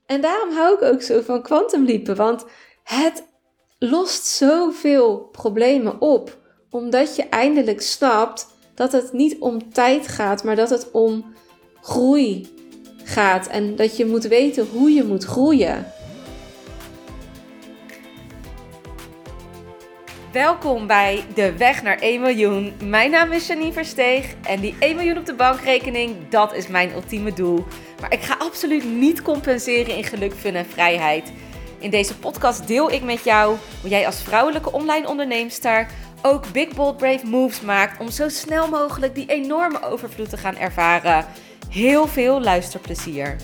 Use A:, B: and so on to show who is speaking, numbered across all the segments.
A: En daarom hou ik ook zo van Quantum Leapen, want het lost zoveel problemen op. Omdat je eindelijk snapt dat het niet om tijd gaat, maar dat het om groei gaat. En dat je moet weten hoe je moet groeien.
B: Welkom bij De Weg naar 1 miljoen. Mijn naam is Janine Versteeg en die 1 miljoen op de bankrekening, dat is mijn ultieme doel. Maar ik ga absoluut niet compenseren in geluk, fun en vrijheid. In deze podcast deel ik met jou hoe jij als vrouwelijke online onderneemster ook big, bold, brave moves maakt om zo snel mogelijk die enorme overvloed te gaan ervaren. Heel veel luisterplezier.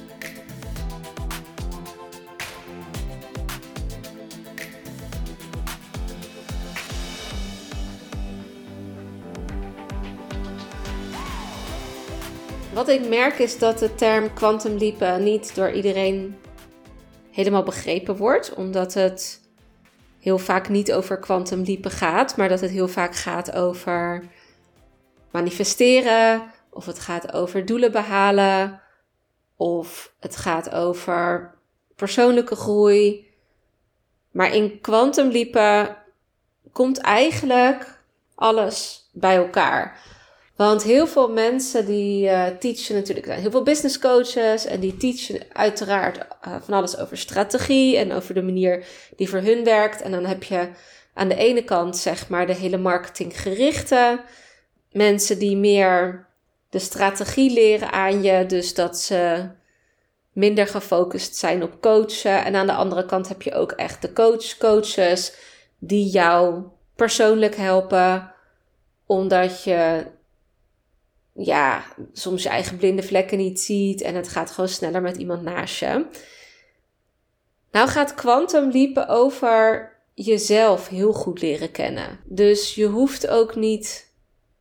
A: Wat ik merk is dat de term Quantum Leapen niet door iedereen helemaal begrepen wordt. Omdat het heel vaak niet over Quantum Leapen gaat. Maar dat het heel vaak gaat over manifesteren. Of het gaat over doelen behalen. Of het gaat over persoonlijke groei. Maar in Quantum Leapen komt eigenlijk alles bij elkaar. Want heel veel mensen die teachen natuurlijk, heel veel business coaches en die teachen uiteraard van alles over strategie en over de manier die voor hun werkt. En dan heb je aan de ene kant zeg maar de hele marketinggerichte mensen die meer de strategie leren aan je, dus dat ze minder gefocust zijn op coachen. En aan de andere kant heb je ook echt de coaches die jou persoonlijk helpen, omdat je soms je eigen blinde vlekken niet ziet en het gaat gewoon sneller met iemand naast je. Nou gaat Quantum Leapen over jezelf heel goed leren kennen. Dus je hoeft ook niet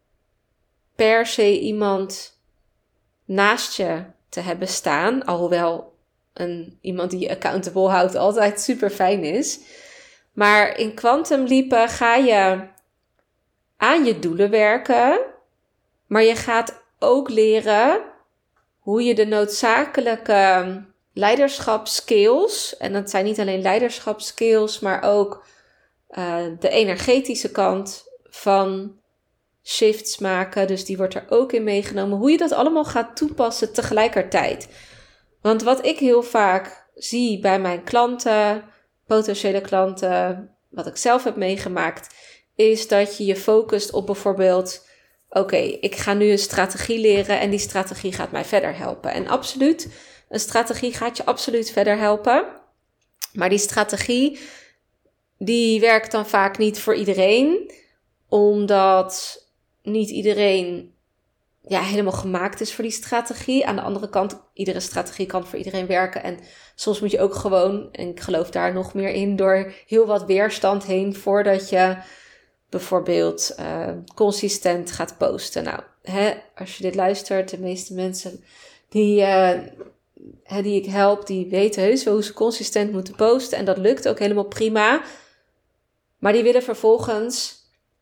A: per se iemand naast je te hebben staan, alhoewel iemand die je accountable houdt altijd super fijn is. Maar in Quantum Leapen ga je aan je doelen werken, maar je gaat ook leren hoe je de noodzakelijke leiderschapskills, en dat zijn niet alleen leiderschapskills, maar ook de energetische kant van shifts maken, dus die wordt er ook in meegenomen, hoe je dat allemaal gaat toepassen tegelijkertijd. Want wat ik heel vaak zie bij mijn klanten, potentiële klanten, wat ik zelf heb meegemaakt, is dat je je focust op bijvoorbeeld, oké, ik ga nu een strategie leren en die strategie gaat mij verder helpen. En absoluut, een strategie gaat je absoluut verder helpen. Maar die strategie, die werkt dan vaak niet voor iedereen, omdat niet iedereen helemaal gemaakt is voor die strategie. Aan de andere kant, iedere strategie kan voor iedereen werken. En soms moet je ook gewoon, en ik geloof daar nog meer in, door heel wat weerstand heen voordat je bijvoorbeeld consistent gaat posten. Nou, als je dit luistert, de meeste mensen die ik help, die weten heus wel hoe ze consistent moeten posten. En dat lukt ook helemaal prima. Maar die willen vervolgens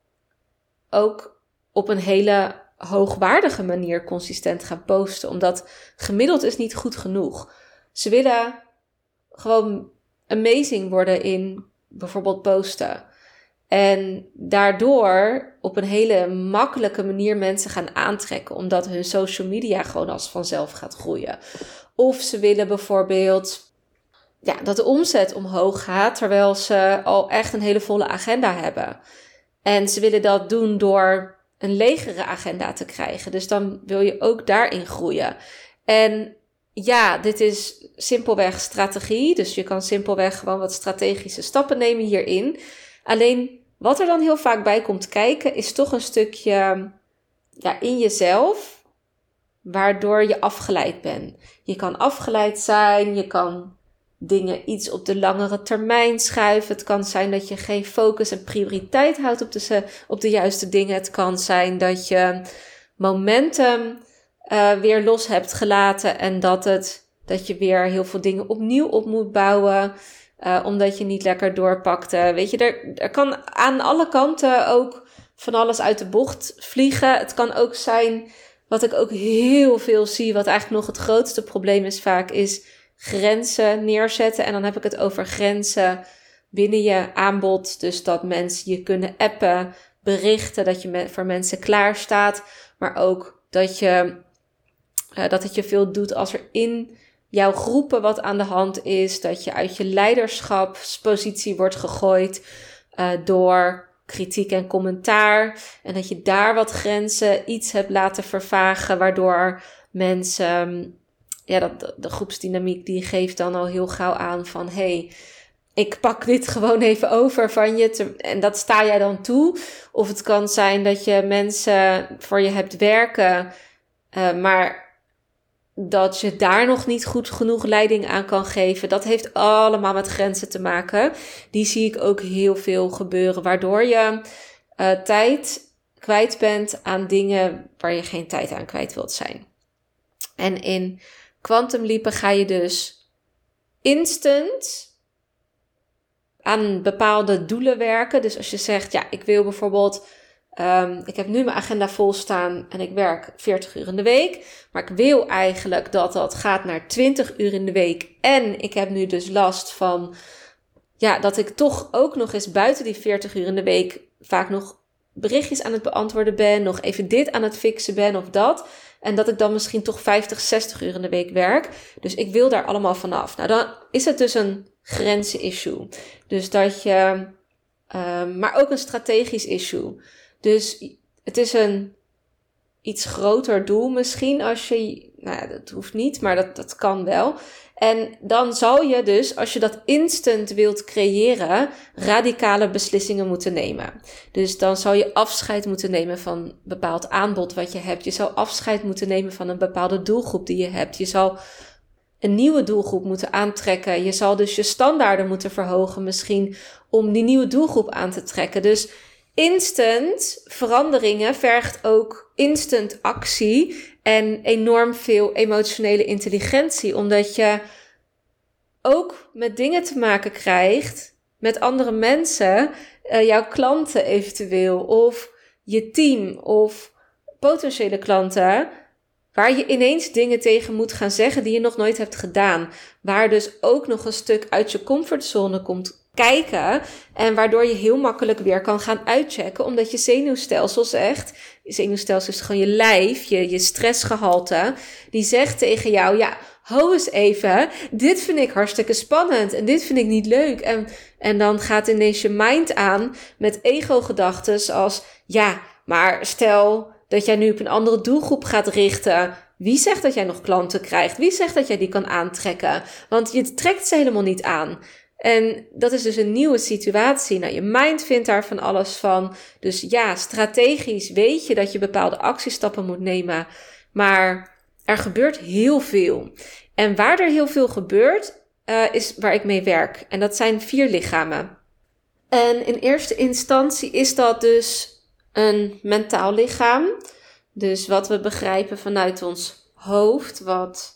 A: ook op een hele hoogwaardige manier consistent gaan posten. Omdat gemiddeld is niet goed genoeg. Ze willen gewoon amazing worden in bijvoorbeeld posten. En daardoor op een hele makkelijke manier mensen gaan aantrekken, omdat hun social media gewoon als vanzelf gaat groeien. Of ze willen bijvoorbeeld dat de omzet omhoog gaat, terwijl ze al echt een hele volle agenda hebben. En ze willen dat doen door een legere agenda te krijgen. Dus dan wil je ook daarin groeien. En dit is simpelweg strategie. Dus je kan simpelweg gewoon wat strategische stappen nemen hierin. Alleen wat er dan heel vaak bij komt kijken is toch een stukje in jezelf, waardoor je afgeleid bent. Je kan afgeleid zijn, je kan dingen iets op de langere termijn schuiven. Het kan zijn dat je geen focus en prioriteit houdt op de juiste dingen. Het kan zijn dat je momentum weer los hebt gelaten en dat je weer heel veel dingen opnieuw op moet bouwen, omdat je niet lekker doorpakte. Weet je, er kan aan alle kanten ook van alles uit de bocht vliegen. Het kan ook zijn, wat ik ook heel veel zie, wat eigenlijk nog het grootste probleem is vaak, is grenzen neerzetten. En dan heb ik het over grenzen binnen je aanbod. Dus dat mensen je kunnen appen, berichten, dat je voor mensen klaar staat. Maar ook dat het je veel doet als er in jouw groepen wat aan de hand is. Dat je uit je leiderschapspositie wordt gegooid door kritiek en commentaar. En dat je daar wat grenzen iets hebt laten vervagen. Waardoor mensen, de groepsdynamiek die geeft dan al heel gauw aan van hey, ik pak dit gewoon even over van je. En dat sta jij dan toe. Of het kan zijn dat je mensen voor je hebt werken, maar dat je daar nog niet goed genoeg leiding aan kan geven. Dat heeft allemaal met grenzen te maken. Die zie ik ook heel veel gebeuren. Waardoor je tijd kwijt bent aan dingen waar je geen tijd aan kwijt wilt zijn. En in Quantum Leapen ga je dus instant aan bepaalde doelen werken. Dus als je zegt, ja, ik wil bijvoorbeeld, ik heb nu mijn agenda vol staan en ik werk 40 uur in de week. Maar ik wil eigenlijk dat gaat naar 20 uur in de week. En ik heb nu dus last van, dat ik toch ook nog eens buiten die 40 uur in de week vaak nog berichtjes aan het beantwoorden ben. Nog even dit aan het fixen ben of dat. En dat ik dan misschien toch 50, 60 uur in de week werk. Dus ik wil daar allemaal vanaf. Nou, dan is het dus een grenzen-issue. Dus dat je, maar ook een strategisch issue. Dus het is een iets groter doel misschien als je, dat hoeft niet, maar dat kan wel. En dan zal je dus, als je dat instant wilt creëren, radicale beslissingen moeten nemen. Dus dan zal je afscheid moeten nemen van een bepaald aanbod wat je hebt. Je zal afscheid moeten nemen van een bepaalde doelgroep die je hebt. Je zal een nieuwe doelgroep moeten aantrekken. Je zal dus je standaarden moeten verhogen misschien om die nieuwe doelgroep aan te trekken. Dus instant veranderingen vergt ook instant actie en enorm veel emotionele intelligentie. Omdat je ook met dingen te maken krijgt, met andere mensen, jouw klanten eventueel, of je team of potentiële klanten, waar je ineens dingen tegen moet gaan zeggen die je nog nooit hebt gedaan. Waar dus ook nog een stuk uit je comfortzone komt kijken en waardoor je heel makkelijk weer kan gaan uitchecken, omdat je zenuwstelsel zegt, je zenuwstelsel is gewoon je lijf, je stressgehalte, die zegt tegen jou, ja, hou eens even, dit vind ik hartstikke spannend en dit vind ik niet leuk. En dan gaat ineens je mind aan met ego-gedachtes als, ja, maar stel dat jij nu op een andere doelgroep gaat richten. Wie zegt dat jij nog klanten krijgt? Wie zegt dat jij die kan aantrekken? Want je trekt ze helemaal niet aan. En dat is dus een nieuwe situatie. Nou, je mind vindt daar van alles van. Dus ja, strategisch weet je dat je bepaalde actiestappen moet nemen. Maar er gebeurt heel veel. En waar er heel veel gebeurt, is waar ik mee werk. En dat zijn 4 lichamen. En in eerste instantie is dat dus een mentaal lichaam. Dus wat we begrijpen vanuit ons hoofd, wat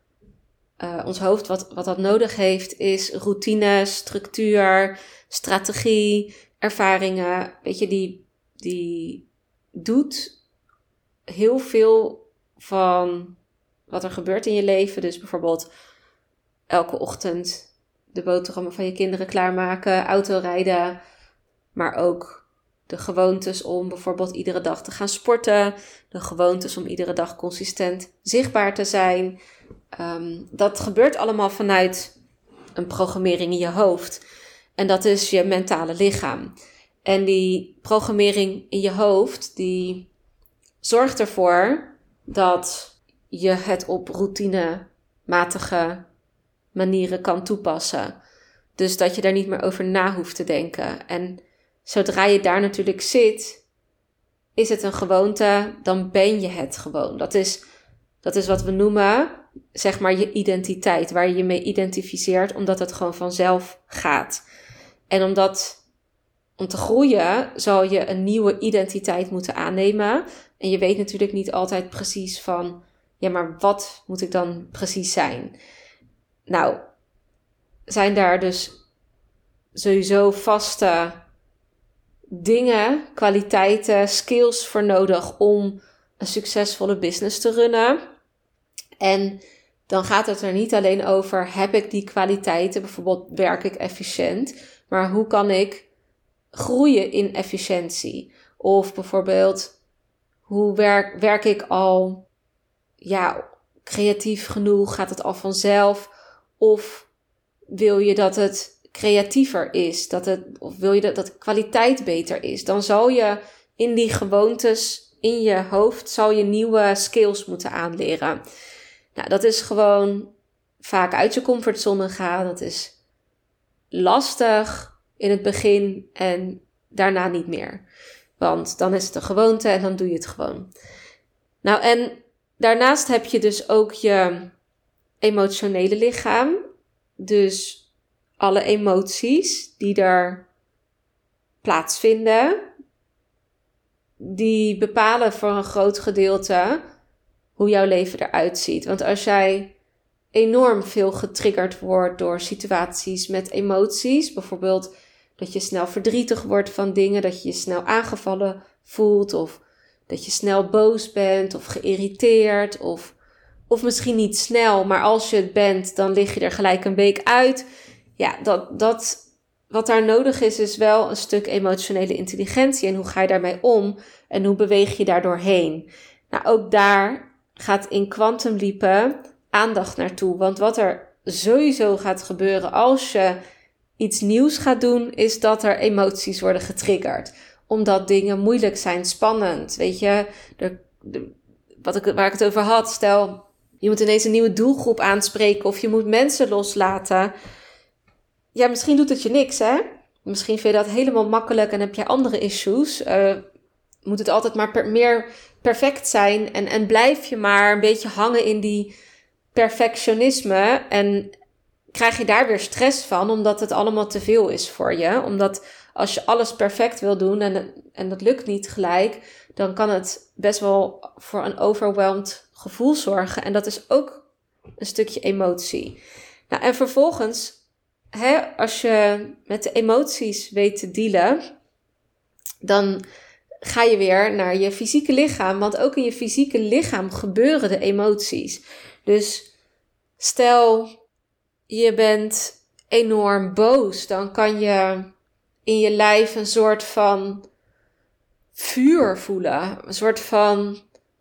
A: dat nodig heeft, is routine, structuur, strategie, ervaringen. Weet je, die doet heel veel van wat er gebeurt in je leven. Dus bijvoorbeeld elke ochtend de boterhammen van je kinderen klaarmaken, autorijden, maar ook de gewoontes om bijvoorbeeld iedere dag te gaan sporten. De gewoontes om iedere dag consistent zichtbaar te zijn. Dat gebeurt allemaal vanuit een programmering in je hoofd. En dat is je mentale lichaam. En die programmering in je hoofd, die zorgt ervoor dat je het op routinematige manieren kan toepassen. Dus dat je daar niet meer over na hoeft te denken. En zodra je daar natuurlijk zit, is het een gewoonte, dan ben je het gewoon. Dat is wat we noemen, zeg maar, je identiteit, waar je je mee identificeert, omdat het gewoon vanzelf gaat. En om te groeien, zal je een nieuwe identiteit moeten aannemen. En je weet natuurlijk niet altijd precies van, ja, maar wat moet ik dan precies zijn? Nou, zijn daar dus sowieso vaste dingen, kwaliteiten, skills voor nodig om een succesvolle business te runnen. En dan gaat het er niet alleen over, heb ik die kwaliteiten, bijvoorbeeld werk ik efficiënt, maar hoe kan ik groeien in efficiëntie? Of bijvoorbeeld, hoe werk ik al creatief genoeg? Gaat het al vanzelf? Of wil je dat het creatiever is? Of wil je dat de kwaliteit beter is? Dan zal je in die gewoontes in je hoofd zal je nieuwe skills moeten aanleren. Nou, dat is gewoon vaak uit je comfortzone gaan. Dat is lastig in het begin en daarna niet meer. Want dan is het een gewoonte en dan doe je het gewoon. Nou, en daarnaast heb je dus ook je emotionele lichaam. Dus alle emoties die er plaatsvinden, die bepalen voor een groot gedeelte hoe jouw leven eruit ziet. Want als jij enorm veel getriggerd wordt door situaties met emoties, bijvoorbeeld dat je snel verdrietig wordt van dingen, dat je je snel aangevallen voelt, of dat je snel boos bent of geïrriteerd, of misschien niet snel, maar als je het bent, dan lig je er gelijk een week uit. Ja, dat wat daar nodig is wel een stuk emotionele intelligentie. En hoe ga je daarmee om? En hoe beweeg je daar doorheen? Nou, ook daar gaat in Quantum Leapen aandacht naartoe. Want wat er sowieso gaat gebeuren als je iets nieuws gaat doen, is dat er emoties worden getriggerd. Omdat dingen moeilijk zijn, spannend. Weet je, waar ik het over had, stel, je moet ineens een nieuwe doelgroep aanspreken of je moet mensen loslaten. Ja, misschien doet het je niks, hè? Misschien vind je dat helemaal makkelijk en heb je andere issues. Moet het altijd maar meer perfect zijn en blijf je maar een beetje hangen in die perfectionisme en krijg je daar weer stress van, omdat het allemaal te veel is voor je. Omdat als je alles perfect wil doen en dat lukt niet gelijk, dan kan het best wel voor een overwhelmed gevoel zorgen. En dat is ook een stukje emotie. Nou, en vervolgens, als je met de emoties weet te dealen, dan ga je weer naar je fysieke lichaam. Want ook in je fysieke lichaam gebeuren de emoties. Dus stel, je bent enorm boos, dan kan je in je lijf een soort van vuur voelen. Een soort van,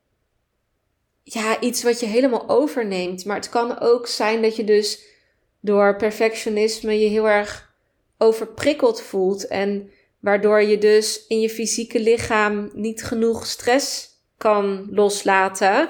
A: iets wat je helemaal overneemt. Maar het kan ook zijn dat je dus door perfectionisme je heel erg overprikkeld voelt. En waardoor je dus in je fysieke lichaam niet genoeg stress kan loslaten.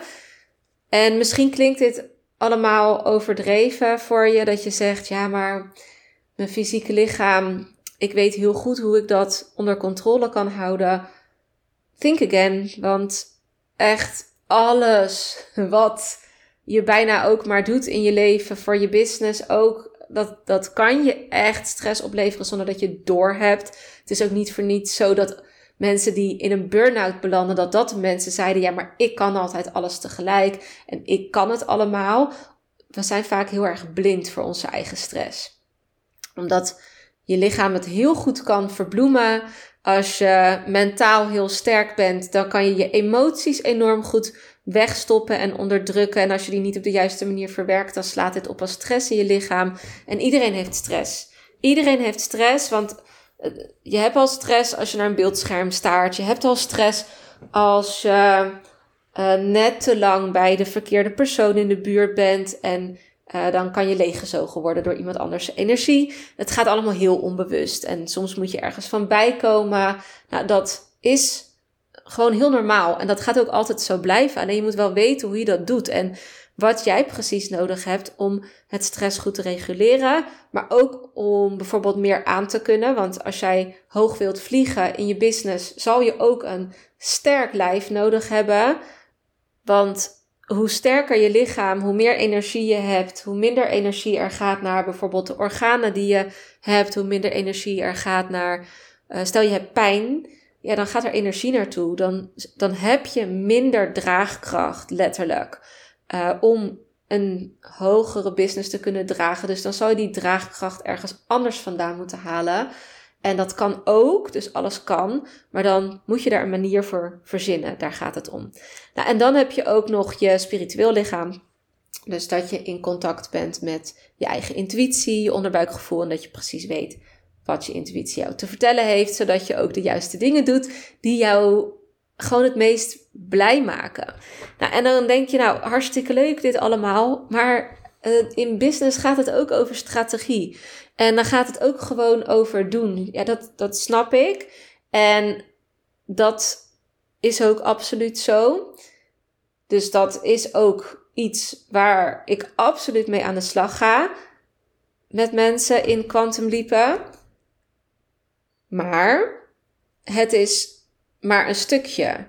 A: En misschien klinkt dit allemaal overdreven voor je, dat je zegt, ja, maar mijn fysieke lichaam, ik weet heel goed hoe ik dat onder controle kan houden. Think again, want echt alles wat je bijna ook maar doet in je leven, voor je business ook, dat kan je echt stress opleveren zonder dat je het doorhebt. Het is ook niet voor niets zo dat mensen die in een burn-out belanden, dat de mensen zeiden, ja, maar ik kan altijd alles tegelijk en ik kan het allemaal. We zijn vaak heel erg blind voor onze eigen stress. Omdat je lichaam het heel goed kan verbloemen. Als je mentaal heel sterk bent, dan kan je je emoties enorm goed wegstoppen en onderdrukken. En als je die niet op de juiste manier verwerkt, dan slaat dit op als stress in je lichaam. En iedereen heeft stress. Iedereen heeft stress, want je hebt al stress als je naar een beeldscherm staart. Je hebt al stress als je net te lang bij de verkeerde persoon in de buurt bent. En dan kan je leeggezogen worden door iemand anders energie. Het gaat allemaal heel onbewust. En soms moet je ergens van bijkomen. Nou, dat is gewoon heel normaal. En dat gaat ook altijd zo blijven. Alleen je moet wel weten hoe je dat doet. En wat jij precies nodig hebt om het stress goed te reguleren. Maar ook om bijvoorbeeld meer aan te kunnen. Want als jij hoog wilt vliegen in je business, zal je ook een sterk lijf nodig hebben. Want hoe sterker je lichaam, hoe meer energie je hebt, hoe minder energie er gaat naar bijvoorbeeld de organen die je hebt, hoe minder energie er gaat naar, stel je hebt pijn, ja, dan gaat er energie naartoe. Dan heb je minder draagkracht, letterlijk, om een hogere business te kunnen dragen. Dus dan zou je die draagkracht ergens anders vandaan moeten halen. En dat kan ook, dus alles kan, maar dan moet je daar een manier voor verzinnen. Daar gaat het om. Nou, en dan heb je ook nog je spiritueel lichaam. Dus dat je in contact bent met je eigen intuïtie, je onderbuikgevoel en dat je precies weet wat je intuïtie jou te vertellen heeft, zodat je ook de juiste dingen doet die jou gewoon het meest blij maken. Nou, en dan denk je, nou, hartstikke leuk dit allemaal, maar in business gaat het ook over strategie. En dan gaat het ook gewoon over doen. Ja, dat snap ik. En dat is ook absoluut zo. Dus dat is ook iets waar ik absoluut mee aan de slag ga met mensen in Quantum Leapen. Maar het is maar een stukje.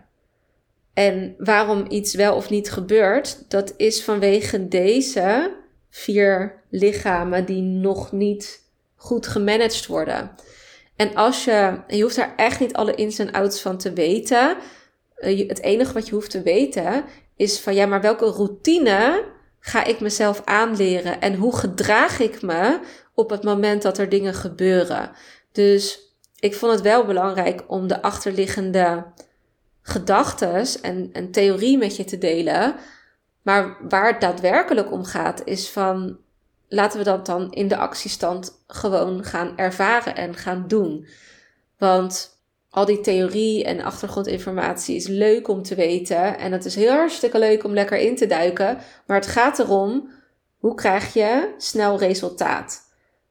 A: En waarom iets wel of niet gebeurt, dat is vanwege deze 4 lichamen die nog niet goed gemanaged worden. En je hoeft daar echt niet alle ins en outs van te weten. Het enige wat je hoeft te weten is van ja, maar welke routine ga ik mezelf aanleren? En hoe gedraag ik me op het moment dat er dingen gebeuren? Dus ik vond het wel belangrijk om de achterliggende gedachtes en theorie met je te delen. Maar waar het daadwerkelijk om gaat is van laten we dat dan in de actiestand gewoon gaan ervaren en gaan doen. Want al die theorie en achtergrondinformatie is leuk om te weten. En het is heel hartstikke leuk om lekker in te duiken. Maar het gaat erom, hoe krijg je snel resultaat?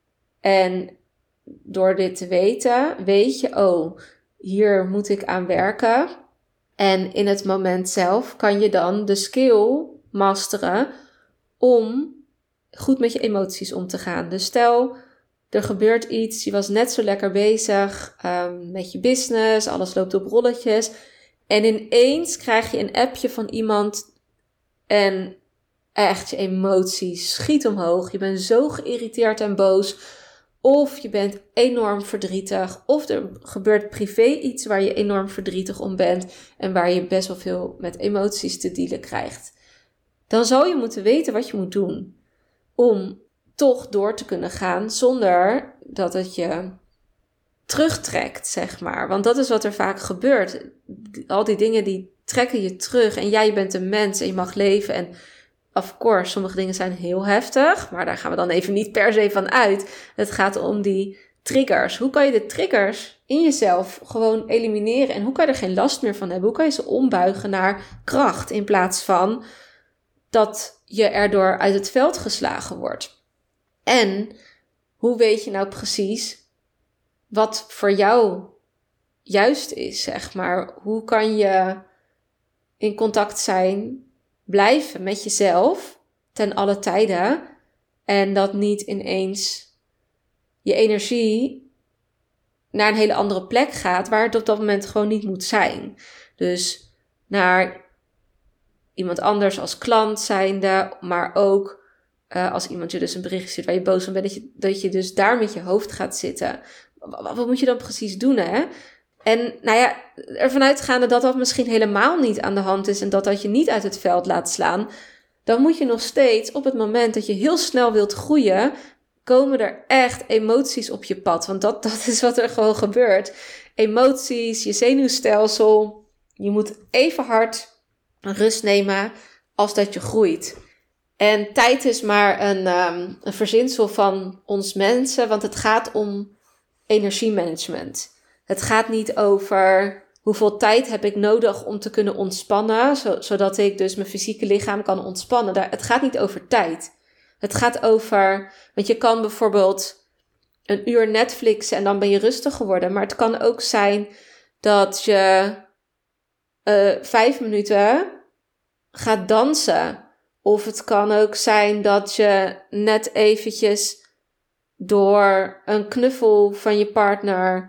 A: En door dit te weten, weet je, oh, hier moet ik aan werken. En in het moment zelf kan je dan de skill masteren om goed met je emoties om te gaan. Dus stel, er gebeurt iets, je was net zo lekker bezig met je business, alles loopt op rolletjes. En ineens krijg je een appje van iemand en echt je emoties schiet omhoog. Je bent zo geïrriteerd en boos. Of je bent enorm verdrietig. Of er gebeurt privé iets waar je enorm verdrietig om bent. En waar je best wel veel met emoties te dealen krijgt. Dan zou je moeten weten wat je moet doen. Om toch door te kunnen gaan zonder dat het je terugtrekt, zeg maar. Want dat is wat er vaak gebeurt. Al die dingen die trekken je terug. En jij bent een mens en je mag leven. En of course, sommige dingen zijn heel heftig. Maar daar gaan we dan even niet per se van uit. Het gaat om die triggers. Hoe kan je de triggers in jezelf gewoon elimineren? En hoe kan je er geen last meer van hebben? Hoe kan je ze ombuigen naar kracht in plaats van dat je erdoor uit het veld geslagen wordt? En hoe weet je nou precies wat voor jou juist is, zeg maar? Hoe kan je in contact zijn, blijven met jezelf ten alle tijden en dat niet ineens je energie naar een hele andere plek gaat waar het op dat moment gewoon niet moet zijn. Dus naar iemand anders als klant zijnde, maar ook als iemand je dus een bericht stuurt waar je boos van bent, dat je dus daar met je hoofd gaat zitten. Wat moet je dan precies doen, hè? En nou ja, ervan uitgaande dat dat misschien helemaal niet aan de hand is en dat je niet uit het veld laat slaan, dan moet je nog steeds op het moment dat je heel snel wilt groeien, komen er echt emoties op je pad. Want dat is wat er gewoon gebeurt. Emoties, je zenuwstelsel. Je moet even hard rust nemen als dat je groeit. En tijd is maar een verzinsel van ons mensen, want het gaat om energiemanagement. Het gaat niet over hoeveel tijd heb ik nodig om te kunnen ontspannen, zodat ik dus mijn fysieke lichaam kan ontspannen. Het gaat niet over tijd. Het gaat over, want je kan bijvoorbeeld een uur Netflixen en dan ben je rustig geworden. Maar het kan ook zijn dat je 5 minuten gaat dansen. Of het kan ook zijn dat je net eventjes door een knuffel van je partner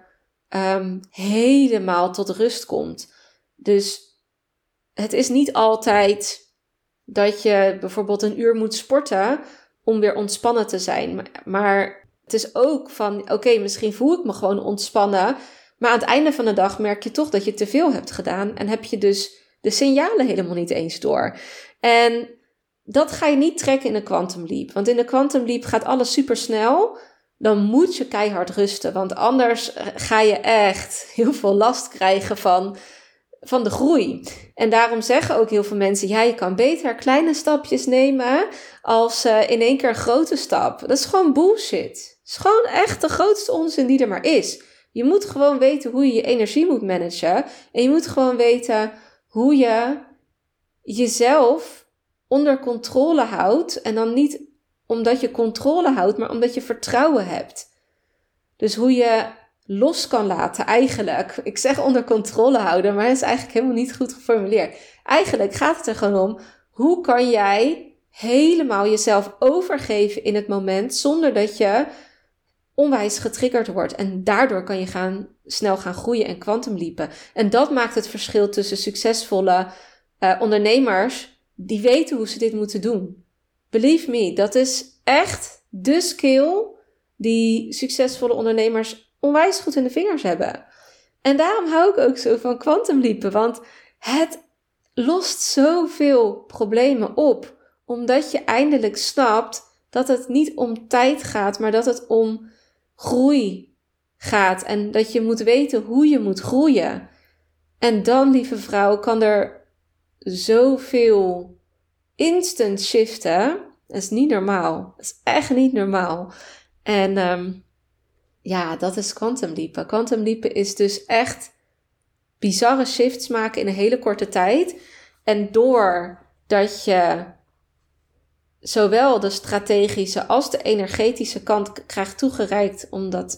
A: helemaal tot rust komt. Dus het is niet altijd dat je bijvoorbeeld een uur moet sporten om weer ontspannen te zijn. Maar het is ook van, oké, misschien voel ik me gewoon ontspannen, maar aan het einde van de dag merk je toch dat je te veel hebt gedaan en heb je dus de signalen helemaal niet eens door. En dat ga je niet trekken in een Quantum Leap. Want in de Quantum Leap gaat alles super snel. Dan moet je keihard rusten. Want anders ga je echt heel veel last krijgen van van de groei. En daarom zeggen ook heel veel mensen, ja, je kan beter kleine stapjes nemen als in één keer een grote stap. Dat is gewoon bullshit. Het is gewoon echt de grootste onzin die er maar is. Je moet gewoon weten hoe je je energie moet managen. En je moet gewoon weten hoe je jezelf onder controle houdt. En dan niet omdat je controle houdt, maar omdat je vertrouwen hebt. Dus hoe je los kan laten eigenlijk. Ik zeg onder controle houden, maar dat is eigenlijk helemaal niet goed geformuleerd. Eigenlijk gaat het er gewoon om, hoe kan jij helemaal jezelf overgeven in het moment, zonder dat je onwijs getriggerd wordt. En daardoor kan je snel gaan groeien en kwantumleapen. En dat maakt het verschil tussen succesvolle ondernemers die weten hoe ze dit moeten doen. Believe me, dat is echt de skill die succesvolle ondernemers onwijs goed in de vingers hebben. En daarom hou ik ook zo van kwantumleapen, want het lost zoveel problemen op. Omdat je eindelijk snapt dat het niet om tijd gaat, maar dat het om groei gaat. En dat je moet weten hoe je moet groeien. En dan, lieve vrouw, kan er zoveel instant shiften. Dat is niet normaal. Dat is echt niet normaal. En dat is kwantumleapen. Kwantumleapen is dus echt bizarre shifts maken in een hele korte tijd. En doordat je zowel de strategische als de energetische kant krijgt toegereikt, omdat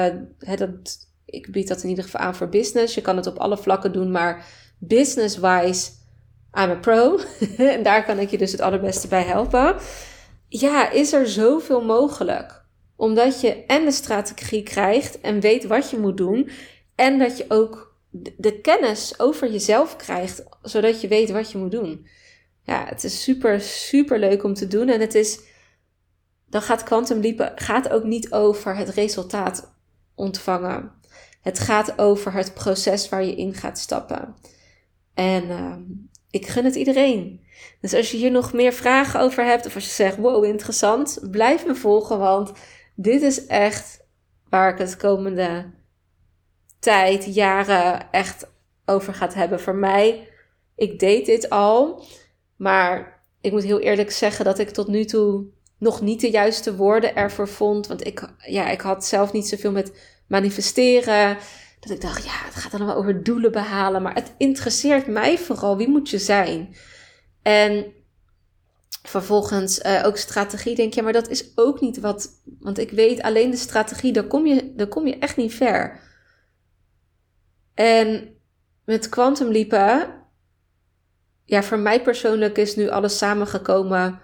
A: ik bied dat in ieder geval aan voor business. Je kan het op alle vlakken doen, maar business-wise, I'm a pro. En daar kan ik je dus het allerbeste bij helpen. Ja, is er zoveel mogelijk. Omdat je en de strategie krijgt en weet wat je moet doen. En dat je ook de kennis over jezelf krijgt, zodat je weet wat je moet doen. Ja, het is super, super leuk om te doen. En dan gaat kwantumleapen gaat ook niet over het resultaat ontvangen. Het gaat over het proces waar je in gaat stappen. En ik gun het iedereen. Dus als je hier nog meer vragen over hebt, of als je zegt, wow, interessant, blijf me volgen, want dit is echt waar ik het komende tijd, jaren echt over gaat hebben. Voor mij, ik deed dit al, maar ik moet heel eerlijk zeggen dat ik tot nu toe nog niet de juiste woorden ervoor vond. Want ik had zelf niet zoveel met manifesteren. Dat ik dacht, het gaat allemaal over doelen behalen. Maar het interesseert mij vooral, wie moet je zijn? En vervolgens ook strategie. Denk je, maar dat is ook niet wat. Want ik weet alleen de strategie, daar kom je echt niet ver. En met kwantumleapen, voor mij persoonlijk is nu alles samengekomen.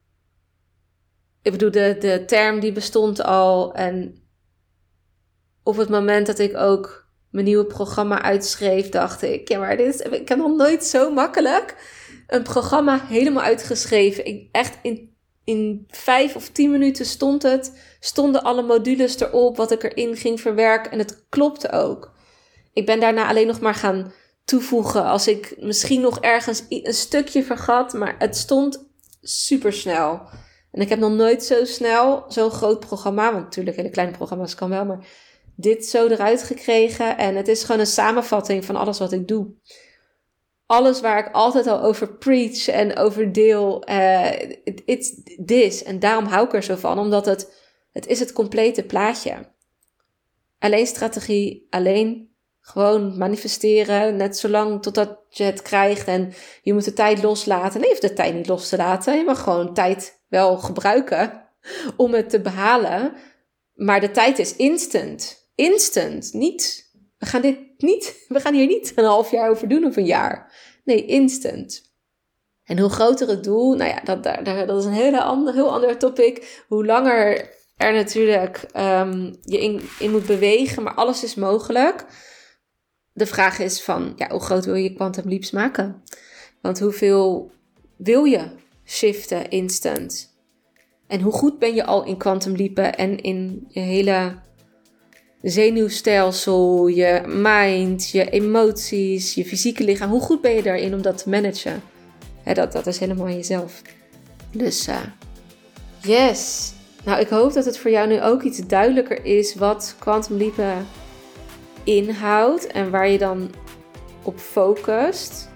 A: Ik bedoel, de term die bestond al. En op het moment dat ik ook mijn nieuwe programma uitschreef, dacht ik, ik heb nog nooit zo makkelijk een programma helemaal uitgeschreven. In 5 of 10 minuten stonden alle modules erop, wat ik erin ging verwerken. En het klopte ook. Ik ben daarna alleen nog maar gaan toevoegen als ik misschien nog ergens een stukje vergat, maar het stond super snel. En ik heb nog nooit zo snel zo'n groot programma, want natuurlijk hele kleine programma's kan wel, maar dit zo eruit gekregen. En het is gewoon een samenvatting van alles wat ik doe. Alles waar ik altijd al over preach en over deel, it's this. En daarom hou ik er zo van, omdat het is het complete plaatje. Alleen strategie, alleen gewoon manifesteren, net zolang totdat je het krijgt. En je moet de tijd loslaten. Nee, je hoeft de tijd niet los te laten. Je mag gewoon tijd wel gebruiken om het te behalen. Maar de tijd is instant. Instant. Niet, we gaan hier niet een half jaar over doen of een jaar. Nee, instant. En hoe groter het doel, dat is een heel ander topic. Hoe langer er natuurlijk je in moet bewegen, maar alles is mogelijk. De vraag is van, hoe groot wil je quantum leaps maken? Want hoeveel wil je shiften instant? En hoe goed ben je al in quantum leapen en in je hele zenuwstelsel, je mind, je emoties, je fysieke lichaam. Hoe goed ben je daarin om dat te managen? Dat is helemaal aan jezelf. Dus yes. Nou, ik hoop dat het voor jou nu ook iets duidelijker is wat quantum leapen inhoudt en waar je dan op focust.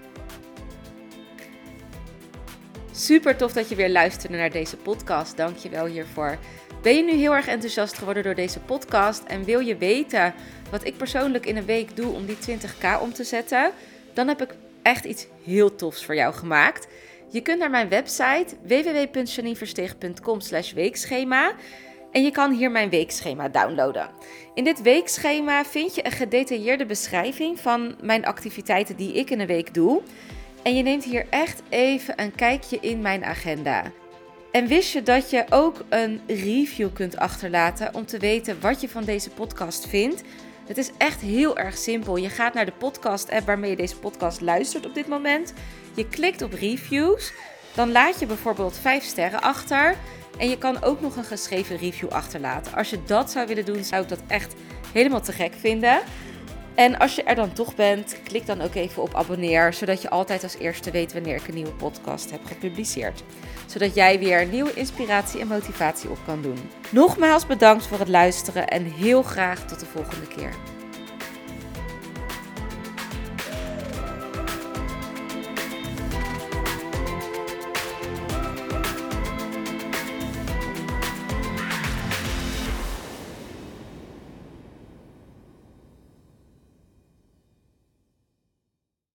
B: Super tof dat je weer luisterde naar deze podcast. Dank je wel hiervoor. Ben je nu heel erg enthousiast geworden door deze podcast en wil je weten wat ik persoonlijk in een week doe om die 20k om te zetten? Dan heb ik echt iets heel tofs voor jou gemaakt. Je kunt naar mijn website www.janineversteeg.com/weekschema en je kan hier mijn weekschema downloaden. In dit weekschema vind je een gedetailleerde beschrijving van mijn activiteiten die ik in een week doe. En je neemt hier echt even een kijkje in mijn agenda. En wist je dat je ook een review kunt achterlaten om te weten wat je van deze podcast vindt? Het is echt heel erg simpel. Je gaat naar de podcast-app waarmee je deze podcast luistert op dit moment. Je klikt op reviews. Dan laat je bijvoorbeeld 5 sterren achter. En je kan ook nog een geschreven review achterlaten. Als je dat zou willen doen, zou ik dat echt helemaal te gek vinden. En als je er dan toch bent, klik dan ook even op abonneer, zodat je altijd als eerste weet wanneer ik een nieuwe podcast heb gepubliceerd. Zodat jij weer nieuwe inspiratie en motivatie op kan doen. Nogmaals bedankt voor het luisteren en heel graag tot de volgende keer.